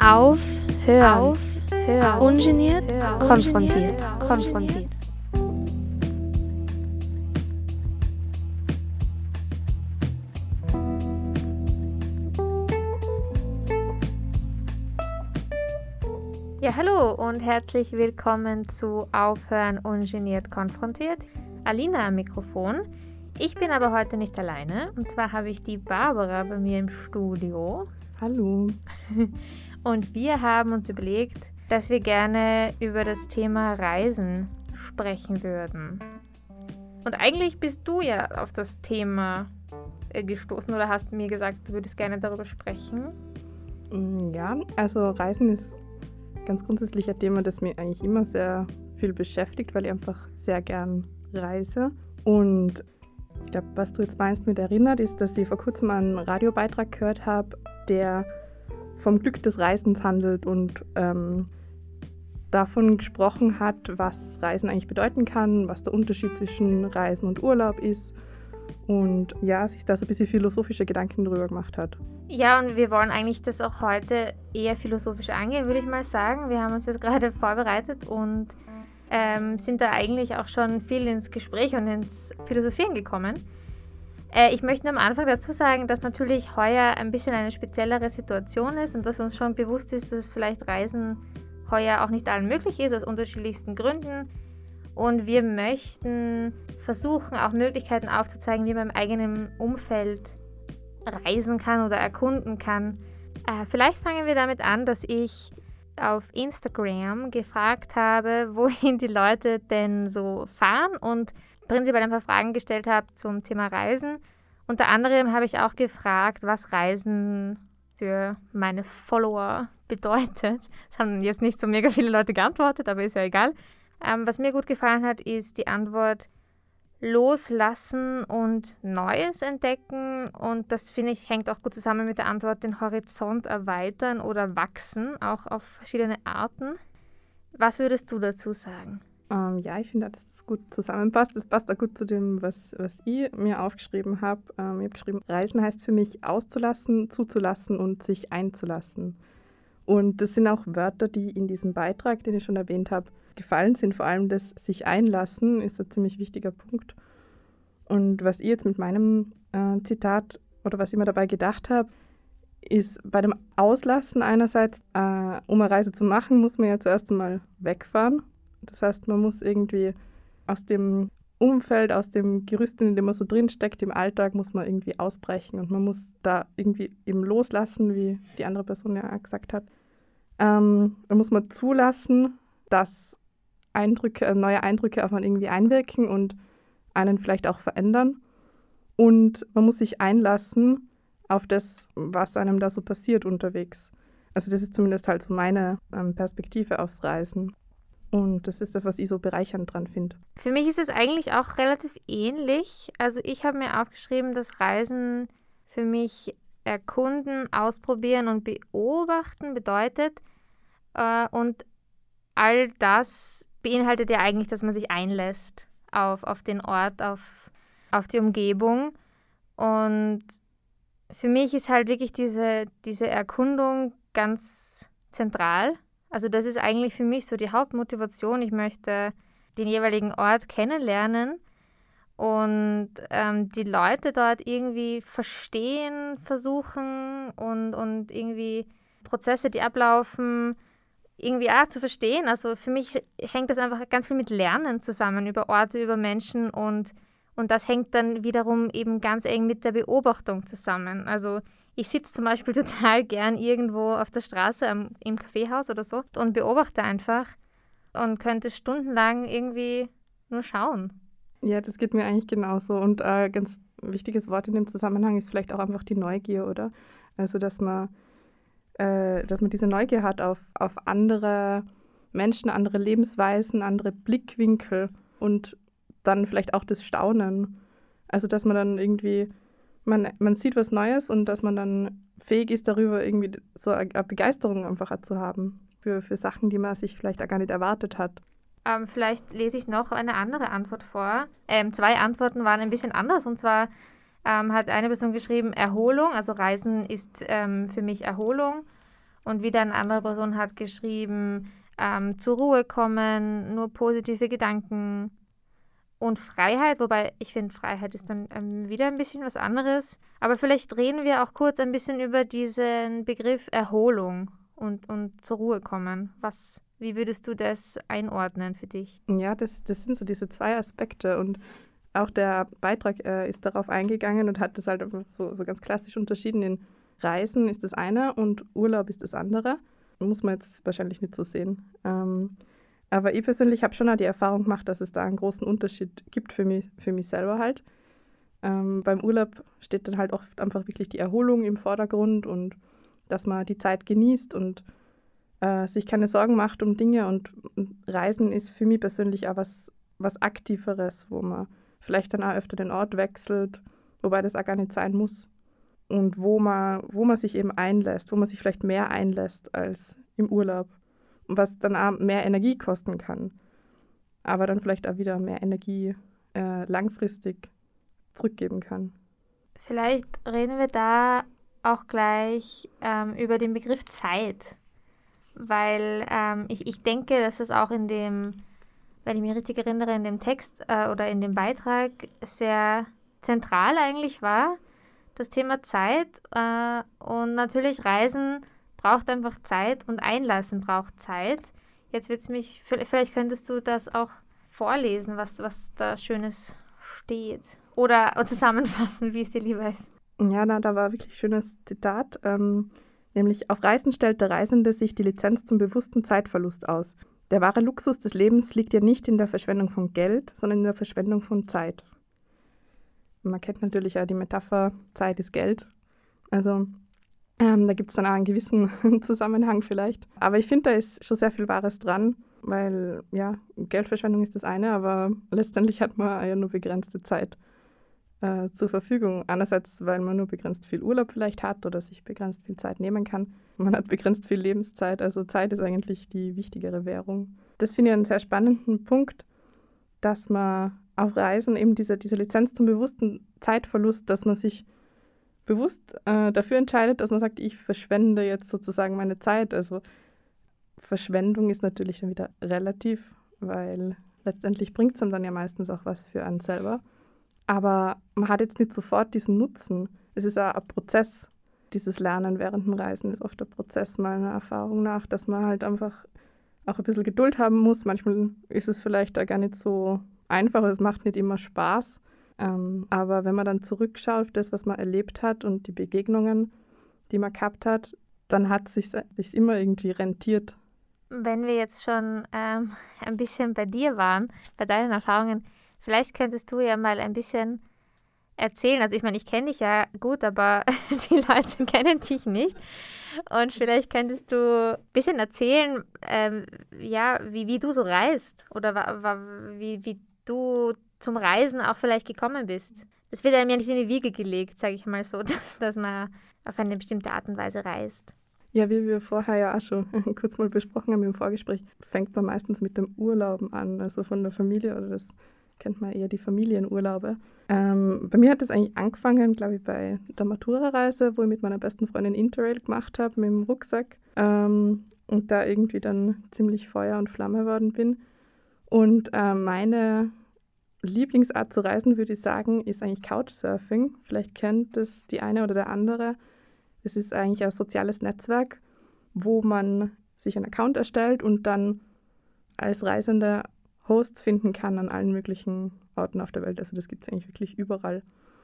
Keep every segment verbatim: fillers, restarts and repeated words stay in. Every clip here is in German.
Auf, hören, auf, hören, ungeniert, hören, konfrontiert, hören, konfrontiert. Ja, hallo und herzlich willkommen zu Aufhören, ungeniert, konfrontiert. Alina am Mikrofon. Ich bin aber heute nicht alleine, und zwar habe ich die Barbara bei mir im Studio. Hallo. Und wir haben uns überlegt, dass wir gerne über das Thema Reisen sprechen würden. Und eigentlich bist du ja auf das Thema gestoßen oder hast mir gesagt, du würdest gerne darüber sprechen. Ja, also Reisen ist ganz grundsätzlich ein Thema, das mich eigentlich immer sehr viel beschäftigt, weil ich einfach sehr gern reise. Und ich glaube, was du jetzt meinst mit erinnert, ist, dass ich vor kurzem einen Radiobeitrag gehört habe, der vom Glück des Reisens handelt und ähm, davon gesprochen hat, was Reisen eigentlich bedeuten kann, was der Unterschied zwischen Reisen und Urlaub ist und ja, sich da so ein bisschen philosophische Gedanken drüber gemacht hat. Ja, und wir wollen eigentlich das auch heute eher philosophisch angehen, würde ich mal sagen. Wir haben uns jetzt gerade vorbereitet und ähm, sind da eigentlich auch schon viel ins Gespräch und ins Philosophieren gekommen. Äh, ich möchte nur am Anfang dazu sagen, dass natürlich heuer ein bisschen eine speziellere Situation ist und dass uns schon bewusst ist, dass vielleicht Reisen heuer auch nicht allen möglich ist, aus unterschiedlichsten Gründen. Und wir möchten versuchen, auch Möglichkeiten aufzuzeigen, wie man im eigenen Umfeld reisen kann oder erkunden kann. Äh, vielleicht fangen wir damit an, dass ich auf Instagram gefragt habe, wohin die Leute denn so fahren und prinzipiell ein paar Fragen gestellt habe zum Thema Reisen. Unter anderem habe ich auch gefragt, was Reisen für meine Follower bedeutet. Es haben jetzt nicht so mega viele Leute geantwortet, aber ist ja egal. Ähm, was mir gut gefallen hat, ist die Antwort Loslassen und Neues entdecken. Und das, finde ich, hängt auch gut zusammen mit der Antwort den Horizont erweitern oder wachsen, auch auf verschiedene Arten. Was würdest du dazu sagen? Ähm, ja, ich finde, dass das gut zusammenpasst. Das passt auch gut zu dem, was, was ich mir aufgeschrieben habe. Ähm, ich habe geschrieben, Reisen heißt für mich auszulassen, zuzulassen und sich einzulassen. Und das sind auch Wörter, die in diesem Beitrag, den ich schon erwähnt habe, gefallen sind. Vor allem das sich einlassen ist ein ziemlich wichtiger Punkt. Und was ich jetzt mit meinem äh, Zitat oder was ich mir dabei gedacht habe, ist bei dem Auslassen einerseits, äh, um eine Reise zu machen, muss man ja zuerst einmal wegfahren. Das heißt, man muss irgendwie aus dem Umfeld, aus dem Gerüst, in dem man so drinsteckt, im Alltag, muss man irgendwie ausbrechen und man muss da irgendwie eben loslassen, wie die andere Person ja auch gesagt hat. Ähm, da muss man zulassen, dass Eindrücke, neue Eindrücke auf man irgendwie einwirken und einen vielleicht auch verändern. Und man muss sich einlassen auf das, was einem da so passiert unterwegs. Also das ist zumindest halt so meine ähm, Perspektive aufs Reisen. Und das ist das, was ich so bereichernd dran finde. Für mich ist es eigentlich auch relativ ähnlich. Also ich habe mir aufgeschrieben, dass Reisen für mich erkunden, ausprobieren und beobachten bedeutet. Äh, und all das beinhaltet ja eigentlich, dass man sich einlässt auf, auf den Ort, auf, auf die Umgebung. Und für mich ist halt wirklich diese, diese Erkundung ganz zentral. Also das ist eigentlich für mich so die Hauptmotivation. Ich möchte den jeweiligen Ort kennenlernen und ähm, die Leute dort irgendwie verstehen, versuchen und, und irgendwie Prozesse, die ablaufen, irgendwie auch zu verstehen. Also für mich hängt das einfach ganz viel mit Lernen zusammen, über Orte, über Menschen und, und das hängt dann wiederum eben ganz eng mit der Beobachtung zusammen. Also ich sitze zum Beispiel total gern irgendwo auf der Straße am, im Kaffeehaus oder so und beobachte einfach und könnte stundenlang irgendwie nur schauen. Ja, das geht mir eigentlich genauso. Und ein äh, ganz wichtiges Wort in dem Zusammenhang ist vielleicht auch einfach die Neugier, oder? Also, dass man, äh, dass man diese Neugier hat auf, auf andere Menschen, andere Lebensweisen, andere Blickwinkel und dann vielleicht auch das Staunen. Also, dass man dann irgendwie Man, man sieht was Neues und dass man dann fähig ist, darüber irgendwie so eine Begeisterung einfach zu haben für, für Sachen, die man sich vielleicht auch gar nicht erwartet hat. Ähm, vielleicht lese ich noch eine andere Antwort vor. Ähm, zwei Antworten waren ein bisschen anders und zwar ähm, hat eine Person geschrieben Erholung, also Reisen ist ähm, für mich Erholung Und wieder eine andere Person hat geschrieben, ähm, zur Ruhe kommen, nur positive Gedanken und Freiheit, wobei ich finde, Freiheit ist dann ähm, wieder ein bisschen was anderes. Aber vielleicht reden wir auch kurz ein bisschen über diesen Begriff Erholung und, und zur Ruhe kommen. Was, wie würdest du das einordnen für dich? Ja, das, das sind so diese zwei Aspekte und auch der Beitrag äh, ist darauf eingegangen und hat das halt einfach so, so ganz klassisch unterschieden. In Reisen ist das eine und Urlaub ist das andere. Muss man jetzt wahrscheinlich nicht so sehen. Ähm, aber ich persönlich habe schon auch die Erfahrung gemacht, dass es da einen großen Unterschied gibt für mich, für mich selber halt. Ähm, beim Urlaub steht dann halt oft einfach wirklich die Erholung im Vordergrund und dass man die Zeit genießt und äh, sich keine Sorgen macht um Dinge. Und, und Reisen ist für mich persönlich auch was, was Aktiveres, wo man vielleicht dann auch öfter den Ort wechselt, wobei das auch gar nicht sein muss. Und wo man, wo man sich eben einlässt, wo man sich vielleicht mehr einlässt als im Urlaub. Was dann auch mehr Energie kosten kann. Aber dann vielleicht auch wieder mehr Energie äh, langfristig zurückgeben kann. Vielleicht reden wir da auch gleich ähm, über den Begriff Zeit. Weil ähm, ich, ich denke, dass es auch in dem, wenn ich mich richtig erinnere, in dem Text äh, oder in dem Beitrag sehr zentral eigentlich war, das Thema Zeit. Äh, und natürlich Reisen braucht einfach Zeit und Einlassen braucht Zeit. Jetzt wird es mich, vielleicht könntest du das auch vorlesen, was, was da Schönes steht. Oder zusammenfassen, wie es dir lieber ist. Ja, na, da war wirklich ein schönes Zitat. Ähm, nämlich, auf Reisen stellt der Reisende sich die Lizenz zum bewussten Zeitverlust aus. Der wahre Luxus des Lebens liegt ja nicht in der Verschwendung von Geld, sondern in der Verschwendung von Zeit. Man kennt natürlich ja die Metapher, Zeit ist Geld. Also ähm, da gibt es dann auch einen gewissen Zusammenhang vielleicht. Aber ich finde, da ist schon sehr viel Wahres dran, weil ja, Geldverschwendung ist das eine, aber letztendlich hat man ja nur begrenzte Zeit äh, zur Verfügung. Einerseits, weil man nur begrenzt viel Urlaub vielleicht hat oder sich begrenzt viel Zeit nehmen kann. Man hat begrenzt viel Lebenszeit, also Zeit ist eigentlich die wichtigere Währung. Das finde ich einen sehr spannenden Punkt, dass man auf Reisen eben diese, diese Lizenz zum bewussten Zeitverlust, dass man sich bewusst äh, dafür entscheidet, dass man sagt, ich verschwende jetzt sozusagen meine Zeit. Also Verschwendung ist natürlich dann wieder relativ, weil letztendlich bringt es einem dann ja meistens auch was für einen selber. Aber man hat jetzt nicht sofort diesen Nutzen. Es ist auch ein Prozess. Dieses Lernen während dem Reisen ist oft ein Prozess, meiner Erfahrung nach, dass man halt einfach auch ein bisschen Geduld haben muss. Manchmal ist es vielleicht auch gar nicht so einfach, es macht nicht immer Spaß. Ähm, aber wenn man dann zurückschaut auf das, was man erlebt hat und die Begegnungen, die man gehabt hat, dann hat es sich sich immer irgendwie rentiert. Wenn wir jetzt schon ähm, ein bisschen bei dir waren, bei deinen Erfahrungen, vielleicht könntest du ja mal ein bisschen erzählen. Also ich meine, ich kenne dich ja gut, aber die Leute kennen dich nicht. Und vielleicht könntest du ein bisschen erzählen, ähm, ja, wie, wie du so reist oder wa, wa, wie, wie du zum Reisen auch vielleicht gekommen bist. Das wird einem ja nicht in die Wiege gelegt, sage ich mal so, dass, dass man auf eine bestimmte Art und Weise reist. Ja, wie wir vorher ja auch schon kurz mal besprochen haben im Vorgespräch, fängt man meistens mit dem Urlauben an, also von der Familie, oder das kennt man eher, die Familienurlaube. Ähm, bei mir hat das eigentlich angefangen, glaube ich, bei der Matura-Reise, wo ich mit meiner besten Freundin Interrail gemacht habe, mit dem Rucksack, ähm, und da irgendwie dann ziemlich Feuer und Flamme worden bin. Und äh, meine Lieblingsart zu reisen, würde ich sagen, ist eigentlich Couchsurfing. Vielleicht kennt das die eine oder der andere. Es ist eigentlich ein soziales Netzwerk, wo man sich einen Account erstellt und dann als Reisender Hosts finden kann an allen möglichen Orten auf der Welt. Also das gibt es eigentlich wirklich überall.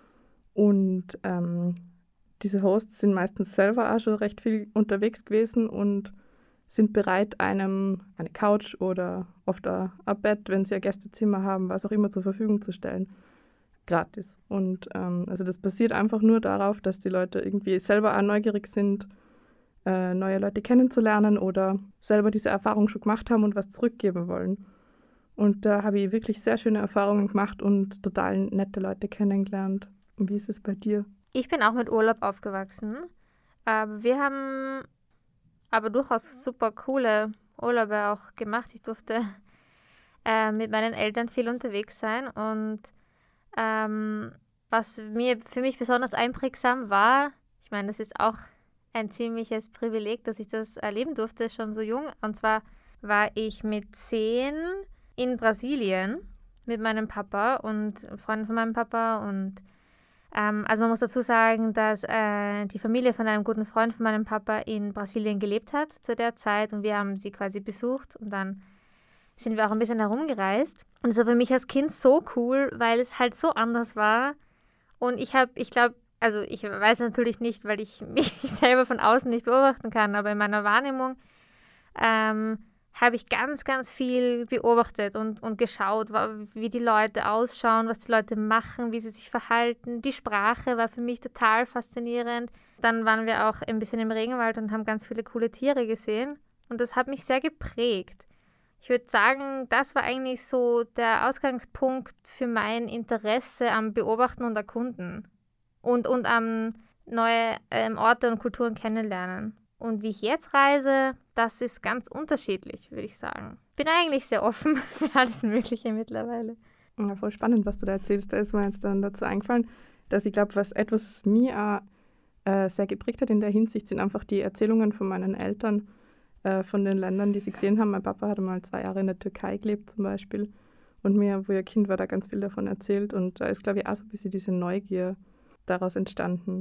Und ähm, diese Hosts sind meistens selber auch schon recht viel unterwegs gewesen und sind bereit, einem eine Couch oder oft ein Bett, wenn sie ein Gästezimmer haben, was auch immer zur Verfügung zu stellen. Gratis. Und ähm, also das basiert einfach nur darauf, dass die Leute irgendwie selber auch neugierig sind, äh, neue Leute kennenzulernen oder selber diese Erfahrung schon gemacht haben und was zurückgeben wollen. Und da habe ich wirklich sehr schöne Erfahrungen gemacht und total nette Leute kennengelernt. Und wie ist es bei dir? Ich bin auch mit Urlaub aufgewachsen. Äh, wir haben aber durchaus super coole Urlaube auch gemacht. Ich durfte äh, mit meinen Eltern viel unterwegs sein und ähm, was mir für mich besonders einprägsam war, ich meine, das ist auch ein ziemliches Privileg, dass ich das erleben durfte, schon so jung. Und zwar war ich mit zehn in Brasilien mit meinem Papa und Freunden von meinem Papa. Und ähm, also man muss dazu sagen, dass äh, die Familie von einem guten Freund von meinem Papa in Brasilien gelebt hat zu der Zeit. Und wir haben sie quasi besucht und dann sind wir auch ein bisschen herumgereist. Und es war für mich als Kind so cool, weil es halt so anders war. Und ich habe, ich glaube, also ich weiß natürlich nicht, weil ich mich selber von außen nicht beobachten kann, aber in meiner Wahrnehmung ähm, habe ich ganz, ganz viel beobachtet und, und geschaut, wie die Leute ausschauen, was die Leute machen, wie sie sich verhalten. Die Sprache war für mich total faszinierend. Dann waren wir auch ein bisschen im Regenwald und haben ganz viele coole Tiere gesehen. Und das hat mich sehr geprägt. Ich würde sagen, das war eigentlich so der Ausgangspunkt für mein Interesse am Beobachten und Erkunden. Und, und am neue ähm, Orte und Kulturen kennenlernen. Und wie ich jetzt reise, das ist ganz unterschiedlich, würde ich sagen. Bin eigentlich sehr offen für alles Mögliche mittlerweile. Ja, voll spannend, was du da erzählst. Da ist mir jetzt dann dazu eingefallen, dass ich glaube, was etwas, was mir auch, äh, sehr geprägt hat in der Hinsicht, sind einfach die Erzählungen von meinen Eltern äh, von den Ländern, die sie gesehen haben. Mein Papa hatte mal zwei Jahre in der Türkei gelebt zum Beispiel und mir, wo ich Kind war, da ganz viel davon erzählt. Und da ist, glaube ich, auch so ein bisschen diese Neugier daraus entstanden.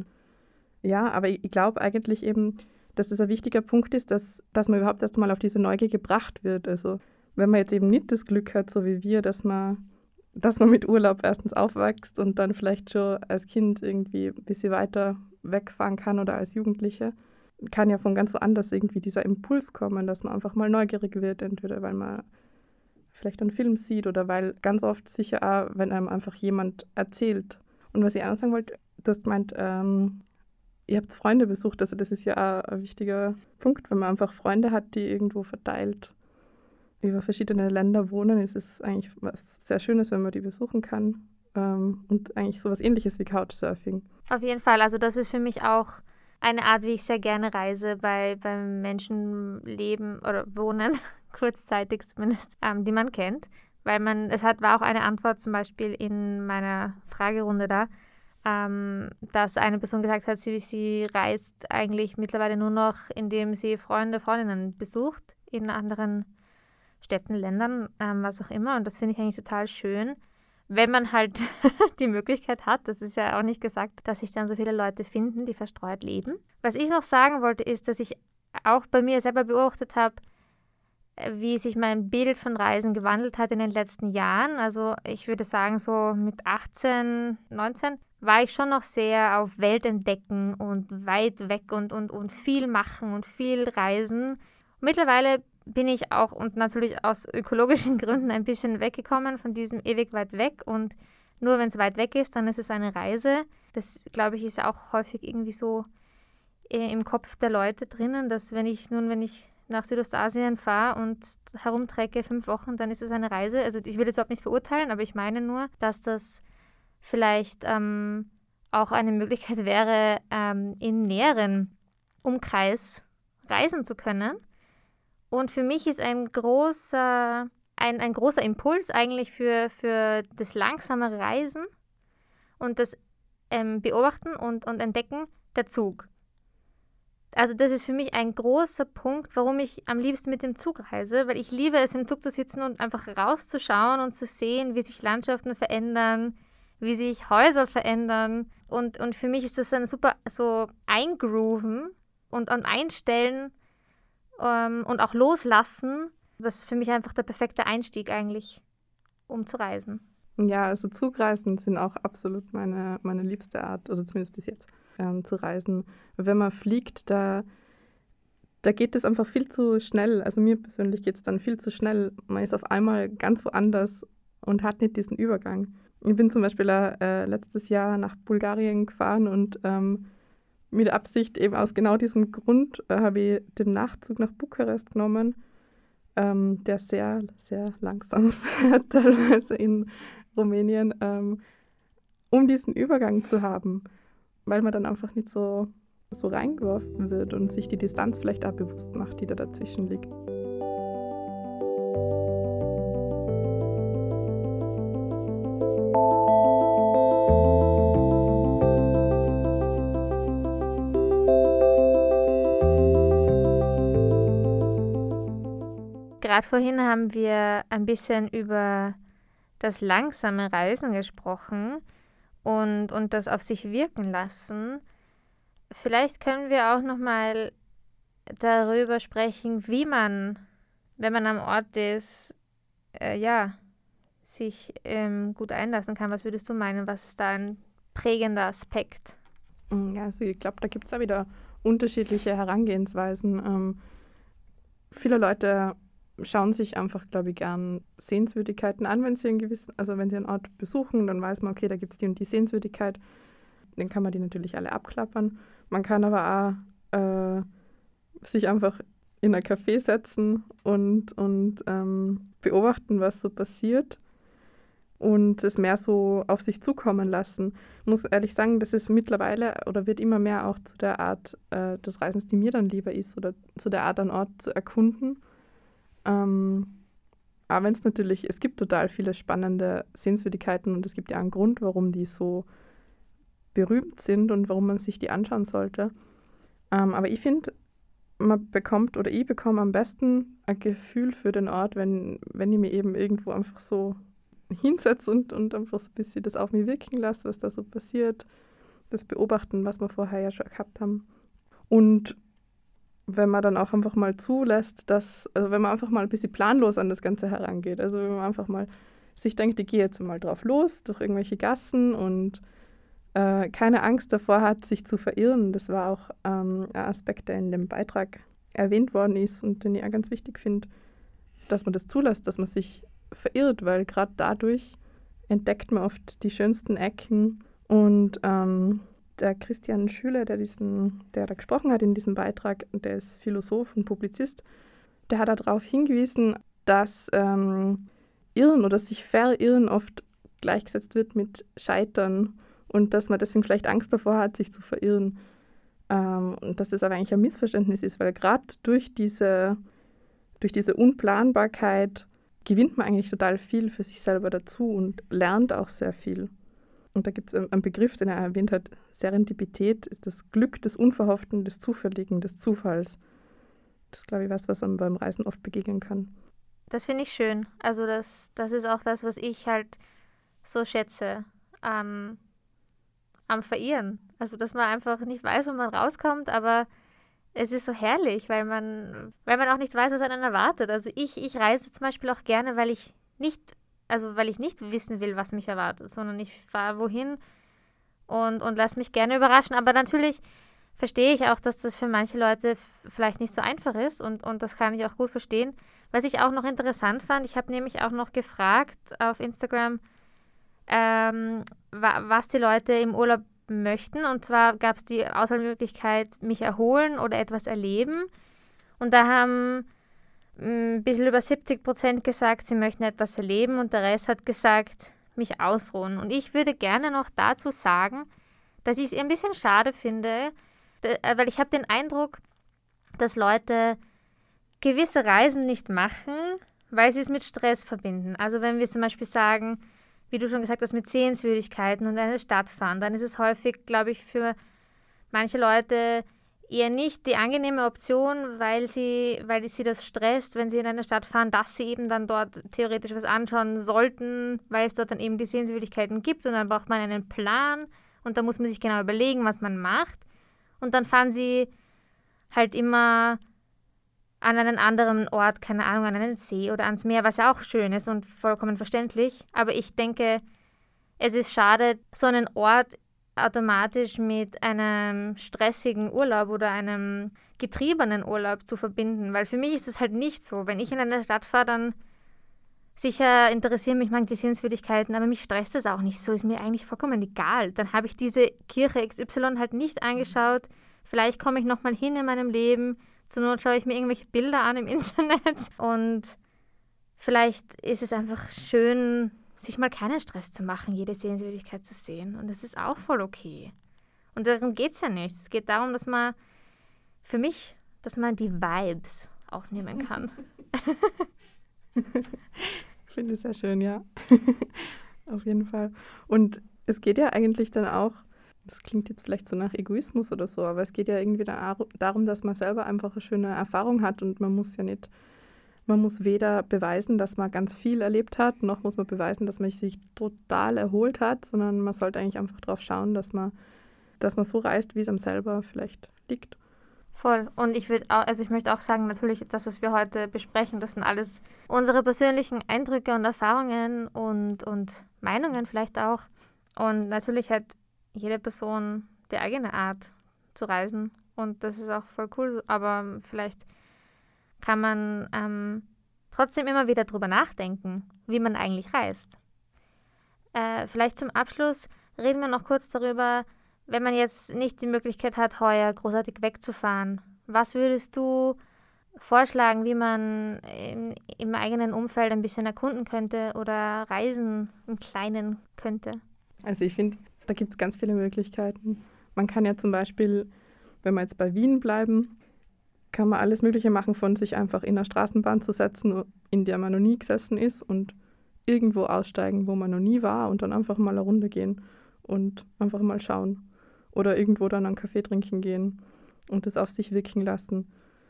Ja, aber ich, ich glaube eigentlich eben, dass das ein wichtiger Punkt ist, dass, dass man überhaupt erst mal auf diese Neugier gebracht wird. Also wenn man jetzt eben nicht das Glück hat, so wie wir, dass man, dass man mit Urlaub erstens aufwächst und dann vielleicht schon als Kind irgendwie ein bisschen weiter wegfahren kann oder als Jugendliche, kann ja von ganz woanders irgendwie dieser Impuls kommen, dass man einfach mal neugierig wird, entweder weil man vielleicht einen Film sieht oder weil ganz oft sicher auch, wenn einem einfach jemand erzählt. Und was ich auch noch sagen wollte, du hast gemeint, ähm, ihr habt Freunde besucht, also das ist ja auch ein wichtiger Punkt, wenn man einfach Freunde hat, die irgendwo verteilt über verschiedene Länder wohnen, ist es eigentlich was sehr Schönes, wenn man die besuchen kann ähm, und eigentlich sowas Ähnliches wie Couchsurfing. Auf jeden Fall, also das ist für mich auch eine Art, wie ich sehr gerne reise, bei, bei Menschen leben oder wohnen, kurzzeitig zumindest, ähm, die man kennt, weil man, es hat, war auch eine Antwort zum Beispiel in meiner Fragerunde da, Ähm, dass eine Person gesagt hat, sie, sie reist eigentlich mittlerweile nur noch, indem sie Freunde, Freundinnen besucht in anderen Städten, Ländern, ähm, was auch immer. Und das finde ich eigentlich total schön, wenn man halt die Möglichkeit hat. Das ist ja auch nicht gesagt, dass sich dann so viele Leute finden, die verstreut leben. Was ich noch sagen wollte, ist, dass ich auch bei mir selber beobachtet habe, wie sich mein Bild von Reisen gewandelt hat in den letzten Jahren. Also ich würde sagen, so mit achtzehn, neunzehn war ich schon noch sehr auf Welt entdecken und weit weg und, und, und viel machen und viel reisen. Mittlerweile bin ich auch und natürlich aus ökologischen Gründen ein bisschen weggekommen von diesem ewig weit weg. Und nur wenn es weit weg ist, dann ist es eine Reise. Das, glaube ich, ist ja auch häufig irgendwie so äh, im Kopf der Leute drinnen, dass wenn ich nun, wenn ich nach Südostasien fahre und herumtrecke fünf Wochen, dann ist es eine Reise. Also ich will das überhaupt nicht verurteilen, aber ich meine nur, dass das vielleicht ähm, auch eine Möglichkeit wäre, ähm, in näheren Umkreis reisen zu können. Und für mich ist ein großer, ein, ein großer Impuls eigentlich für, für das langsame Reisen und das ähm, Beobachten und, und Entdecken der Zug. Also das ist für mich ein großer Punkt, warum ich am liebsten mit dem Zug reise, weil ich liebe es, im Zug zu sitzen und einfach rauszuschauen und zu sehen, wie sich Landschaften verändern, wie sich Häuser verändern. Und, und für mich ist das ein super so Eingrooven und, und Einstellen ähm, und auch Loslassen. Das ist für mich einfach der perfekte Einstieg eigentlich, um zu reisen. Ja, also Zugreisen sind auch absolut meine, meine liebste Art, oder zumindest bis jetzt, ähm, zu reisen. Wenn man fliegt, da, da geht es einfach viel zu schnell. Also mir persönlich geht es dann viel zu schnell. Man ist auf einmal ganz woanders und hat nicht diesen Übergang. Ich bin zum Beispiel äh, letztes Jahr nach Bulgarien gefahren und ähm, mit Absicht eben aus genau diesem Grund äh, habe ich den Nachtzug nach Bukarest genommen, ähm, der sehr, sehr langsam fährt, teilweise in Rumänien, ähm, um diesen Übergang zu haben, weil man dann einfach nicht so, so reingeworfen wird und sich die Distanz vielleicht auch bewusst macht, die da dazwischen liegt. gerade vorhin haben wir ein bisschen über das langsame Reisen gesprochen und, und das auf sich wirken lassen. Vielleicht können wir auch nochmal darüber sprechen, wie man, wenn man am Ort ist, äh, ja, sich ähm, gut einlassen kann. Was würdest du meinen? Was ist da ein prägender Aspekt? Ja, also ich glaube, da gibt es auch wieder unterschiedliche Herangehensweisen. Ähm, viele Leute schauen sich einfach, glaube ich, gern Sehenswürdigkeiten an, wenn sie einen gewissen, also wenn sie einen Ort besuchen, dann weiß man, okay, da gibt es die und die Sehenswürdigkeit. Dann kann man die natürlich alle abklappern. Man kann aber auch äh, sich einfach in ein Café setzen und, und ähm, beobachten, was so passiert und es mehr so auf sich zukommen lassen. Ich muss ehrlich sagen, das ist mittlerweile oder wird immer mehr auch zu der Art äh, des Reisens, die mir dann lieber ist, oder zu der Art, einen Ort zu erkunden. Ähm, aber wenn es natürlich, es gibt total viele spannende Sehenswürdigkeiten und es gibt ja einen Grund, warum die so berühmt sind und warum man sich die anschauen sollte. Ähm, aber ich finde, man bekommt oder ich bekomme am besten ein Gefühl für den Ort, wenn, wenn ich mir eben irgendwo einfach so hinsetze und, und einfach so ein bisschen das auf mich wirken lasse, was da so passiert, das beobachten, was wir vorher ja schon gehabt haben. Und wenn man dann auch einfach mal zulässt, dass, also wenn man einfach mal ein bisschen planlos an das Ganze herangeht, also wenn man einfach mal sich denkt, ich gehe jetzt mal drauf los, durch irgendwelche Gassen und äh, keine Angst davor hat, sich zu verirren. Das war auch ähm, ein Aspekt, der in dem Beitrag erwähnt worden ist und den ich auch ganz wichtig finde, dass man das zulässt, dass man sich verirrt, weil gerade dadurch entdeckt man oft die schönsten Ecken. Und ähm, der Christian Schüler, der, diesen, der da gesprochen hat in diesem Beitrag, der ist Philosoph und Publizist, der hat darauf hingewiesen, dass ähm, Irren oder sich verirren oft gleichgesetzt wird mit Scheitern und dass man deswegen vielleicht Angst davor hat, sich zu verirren. Ähm, und dass das aber eigentlich ein Missverständnis ist, weil gerade durch diese, durch diese Unplanbarkeit gewinnt man eigentlich total viel für sich selber dazu und lernt auch sehr viel. Und da gibt es einen Begriff, den er erwähnt hat, Serendipität ist das Glück des Unverhofften, des Zufälligen, des Zufalls. Das ist, glaube ich, was, was einem beim Reisen oft begegnen kann. Das finde ich schön. Also das, das ist auch das, was ich halt so schätze am, am Verirren. Also dass man einfach nicht weiß, wo man rauskommt, aber es ist so herrlich, weil man, weil man auch nicht weiß, was einen erwartet. Also ich, ich reise zum Beispiel auch gerne, weil ich nicht, also weil ich nicht wissen will, was mich erwartet, sondern ich fahre wohin und, und lasse mich gerne überraschen. Aber natürlich verstehe ich auch, dass das für manche Leute f- vielleicht nicht so einfach ist und, und das kann ich auch gut verstehen. Was ich auch noch interessant fand, ich habe nämlich auch noch gefragt auf Instagram, ähm, wa- was die Leute im Urlaub möchten. Und zwar gab es die Auswahlmöglichkeit, mich erholen oder etwas erleben. Und da haben ein bisschen über siebzig Prozent gesagt, sie möchten etwas erleben und der Rest hat gesagt, mich ausruhen. Und ich würde gerne noch dazu sagen, dass ich es ein bisschen schade finde, weil ich habe den Eindruck, dass Leute gewisse Reisen nicht machen, weil sie es mit Stress verbinden. Also wenn wir zum Beispiel sagen, wie du schon gesagt hast, mit Sehenswürdigkeiten und in eine Stadt fahren, dann ist es häufig, glaube ich, für manche Leute eher nicht die angenehme Option, weil sie, weil sie das stresst, wenn sie in eine Stadt fahren, dass sie eben dann dort theoretisch was anschauen sollten, weil es dort dann eben die Sehenswürdigkeiten gibt und dann braucht man einen Plan und da muss man sich genau überlegen, was man macht und dann fahren sie halt immer an einen anderen Ort, keine Ahnung, an einen See oder ans Meer, was ja auch schön ist und vollkommen verständlich. Aber ich denke, es ist schade, so einen Ort automatisch mit einem stressigen Urlaub oder einem getriebenen Urlaub zu verbinden. Weil für mich ist es halt nicht so. Wenn ich in eine Stadt fahre, dann sicher interessieren mich manche Sehenswürdigkeiten, aber mich stresst es auch nicht so. Ist mir eigentlich vollkommen egal. Dann habe ich diese Kirche X Y halt nicht angeschaut. Vielleicht komme ich nochmal hin in meinem Leben. Zur Not schaue ich mir irgendwelche Bilder an im Internet und vielleicht ist es einfach schön, sich mal keinen Stress zu machen, jede Sehenswürdigkeit zu sehen. Und das ist auch voll okay. Und darum geht es ja nicht. Es geht darum, dass man, für mich, dass man die Vibes aufnehmen kann. Ich finde es sehr schön, ja. Auf jeden Fall. Und es geht ja eigentlich dann auch, das klingt jetzt vielleicht so nach Egoismus oder so, aber es geht ja irgendwie darum, dass man selber einfach eine schöne Erfahrung hat und man muss ja nicht Man muss weder beweisen, dass man ganz viel erlebt hat, noch muss man beweisen, dass man sich total erholt hat, sondern man sollte eigentlich einfach darauf schauen, dass man, dass man so reist, wie es einem selber vielleicht liegt. Voll. Und ich würde auch, also ich möchte auch sagen, natürlich, das, was wir heute besprechen, das sind alles unsere persönlichen Eindrücke und Erfahrungen und, und Meinungen vielleicht auch. Und natürlich hat jede Person die eigene Art zu reisen. Und das ist auch voll cool. Aber vielleicht kann man ähm, trotzdem immer wieder drüber nachdenken, wie man eigentlich reist. Äh, vielleicht zum Abschluss reden wir noch kurz darüber, wenn man jetzt nicht die Möglichkeit hat, heuer großartig wegzufahren. Was würdest du vorschlagen, wie man im, im eigenen Umfeld ein bisschen erkunden könnte oder reisen im Kleinen könnte? Also ich finde, da gibt es ganz viele Möglichkeiten. Man kann ja zum Beispiel, wenn wir jetzt bei Wien bleiben, kann man alles Mögliche machen, von sich einfach in eine Straßenbahn zu setzen, in der man noch nie gesessen ist und irgendwo aussteigen, wo man noch nie war und dann einfach mal eine Runde gehen und einfach mal schauen. Oder irgendwo dann einen Kaffee trinken gehen und das auf sich wirken lassen.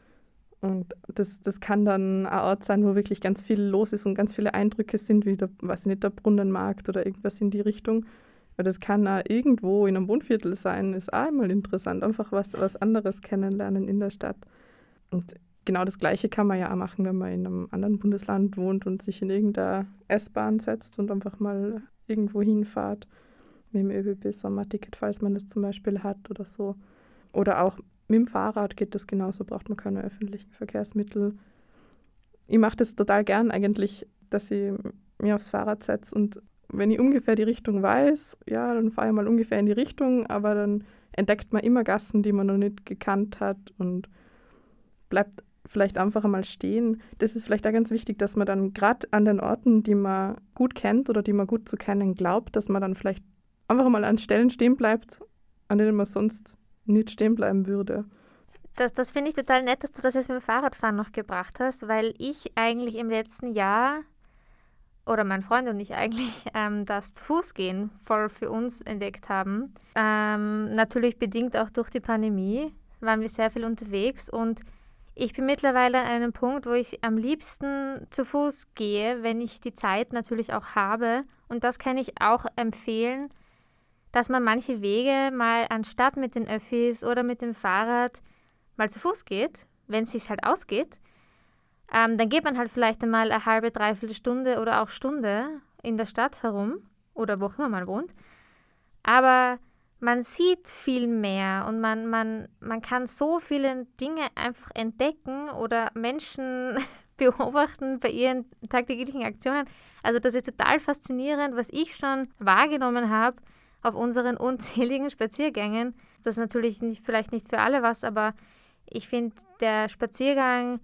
Und das, das kann dann ein Ort sein, wo wirklich ganz viel los ist und ganz viele Eindrücke sind, wie der, weiß ich nicht, der Brunnenmarkt oder irgendwas in die Richtung. Aber das kann auch irgendwo in einem Wohnviertel sein, ist auch einmal interessant. Einfach was, was anderes kennenlernen in der Stadt. Und genau das Gleiche kann man ja auch machen, wenn man in einem anderen Bundesland wohnt und sich in irgendeine S-Bahn setzt und einfach mal irgendwo hinfahrt. Mit dem ÖBB-Sommerticket, falls man das zum Beispiel hat oder so. Oder auch mit dem Fahrrad geht das genauso, braucht man keine öffentlichen Verkehrsmittel. Ich mache das total gern eigentlich, dass ich mich aufs Fahrrad setze und wenn ich ungefähr die Richtung weiß, ja, dann fahre ich mal ungefähr in die Richtung, aber dann entdeckt man immer Gassen, die man noch nicht gekannt hat und bleibt vielleicht einfach einmal stehen. Das ist vielleicht auch ganz wichtig, dass man dann gerade an den Orten, die man gut kennt oder die man gut zu kennen glaubt, dass man dann vielleicht einfach mal an Stellen stehen bleibt, an denen man sonst nicht stehen bleiben würde. Das, das finde ich total nett, dass du das jetzt mit dem Fahrradfahren noch gebracht hast, weil ich eigentlich im letzten Jahr, oder mein Freund und ich eigentlich, ähm, das Zu-Fuß-Gehen voll für uns entdeckt haben. Ähm, natürlich bedingt auch durch die Pandemie waren wir sehr viel unterwegs und ich bin mittlerweile an einem Punkt, wo ich am liebsten zu Fuß gehe, wenn ich die Zeit natürlich auch habe. Und das kann ich auch empfehlen, dass man manche Wege mal anstatt mit den Öffis oder mit dem Fahrrad mal zu Fuß geht, wenn es sich halt ausgeht. Ähm, dann geht man halt vielleicht einmal eine halbe, dreiviertel Stunde oder auch Stunde in der Stadt herum oder wo auch immer man wohnt. Aber man sieht viel mehr und man, man, man kann so viele Dinge einfach entdecken oder Menschen beobachten bei ihren tagtäglichen Aktionen. Also das ist total faszinierend, was ich schon wahrgenommen habe auf unseren unzähligen Spaziergängen. Das ist natürlich nicht, vielleicht nicht für alle was, aber ich finde, der Spaziergang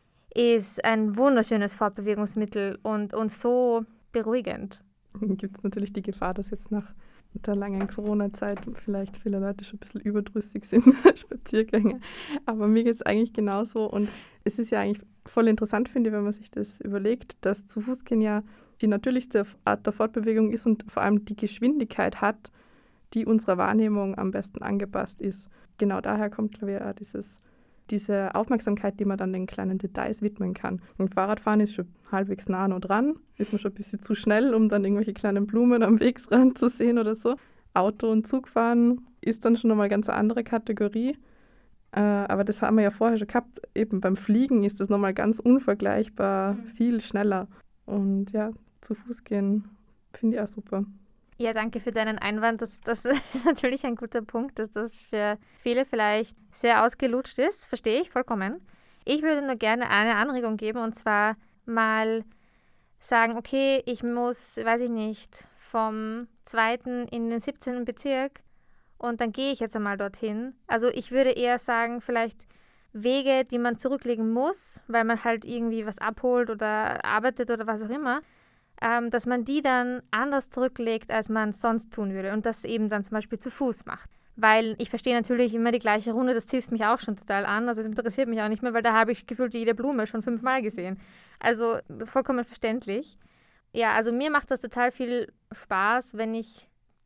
ist ein wunderschönes Fortbewegungsmittel und, und so beruhigend. Gibt es natürlich die Gefahr, dass jetzt nach der langen Corona-Zeit vielleicht viele Leute schon ein bisschen überdrüssig sind, Spaziergänge. Aber mir geht es eigentlich genauso. Und es ist ja eigentlich voll interessant, finde ich, wenn man sich das überlegt, dass zu Fuß gehen ja die natürlichste Art der Fortbewegung ist und vor allem die Geschwindigkeit hat, die unserer Wahrnehmung am besten angepasst ist. Genau daher kommt, glaube ich, auch dieses, diese Aufmerksamkeit, die man dann den kleinen Details widmen kann. Und Fahrradfahren ist schon halbwegs nah noch dran, ist man schon ein bisschen zu schnell, um dann irgendwelche kleinen Blumen am Wegsrand zu sehen oder so. Auto- und Zugfahren ist dann schon nochmal eine ganz andere Kategorie. Äh, aber das haben wir ja vorher schon gehabt. Eben beim Fliegen ist das nochmal ganz unvergleichbar mhm. viel schneller. Und ja, zu Fuß gehen finde ich auch super. Ja, danke für deinen Einwand. Das, das ist natürlich ein guter Punkt, dass das für viele vielleicht sehr ausgelutscht ist. Verstehe ich vollkommen. Ich würde nur gerne eine Anregung geben und zwar mal sagen, okay, ich muss, weiß ich nicht, vom zweiten in den siebzehnten Bezirk und dann gehe ich jetzt einmal dorthin. Also ich würde eher sagen, vielleicht Wege, die man zurücklegen muss, weil man halt irgendwie was abholt oder arbeitet oder was auch immer, ähm, dass man die dann anders zurücklegt, als man es sonst tun würde und das eben dann zum Beispiel zu Fuß macht. Weil ich verstehe natürlich immer die gleiche Runde, das zipft mich auch schon total an, also das interessiert mich auch nicht mehr, weil da habe ich gefühlt jede Blume schon fünfmal gesehen. Also vollkommen verständlich. Ja, also mir macht das total viel Spaß, wenn ich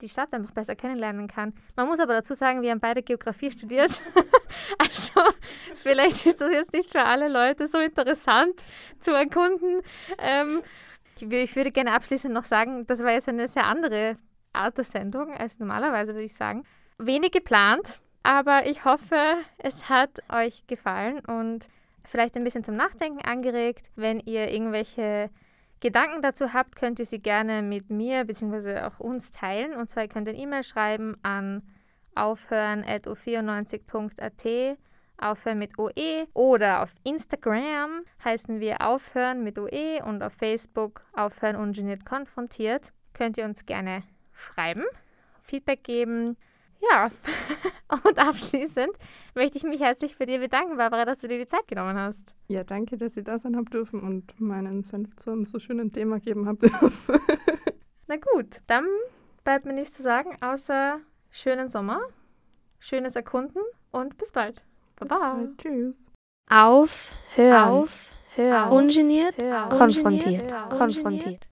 die Stadt einfach besser kennenlernen kann. Man muss aber dazu sagen, wir haben beide Geografie studiert. Also vielleicht ist das jetzt nicht für alle Leute so interessant zu erkunden. Ähm, ich, ich würde gerne abschließend noch sagen, das war jetzt eine sehr andere Art der Sendung als normalerweise, würde ich sagen. Wenig geplant, aber ich hoffe, es hat euch gefallen und vielleicht ein bisschen zum Nachdenken angeregt. Wenn ihr irgendwelche Gedanken dazu habt, könnt ihr sie gerne mit mir bzw. auch uns teilen. Und zwar könnt ihr eine E-Mail schreiben an aufhören at o vierundneunzig punkt a t, aufhören mit O E, oder auf Instagram heißen wir aufhören mit O E und auf Facebook aufhören ungeniert konfrontiert. Könnt ihr uns gerne schreiben, Feedback geben. Ja, und abschließend möchte ich mich herzlich bei dir bedanken, Barbara, dass du dir die Zeit genommen hast. Ja, danke, dass ich da sein habe dürfen und meinen Senf zu einem so schönen Thema geben habe dürfen. Na gut, dann bleibt mir nichts zu sagen, außer schönen Sommer, schönes Erkunden und bis bald. Baba. Bis bald. Tschüss. Auf, hören, Auf, hören, ungeniert, hören, konfrontiert, hören, konfrontiert.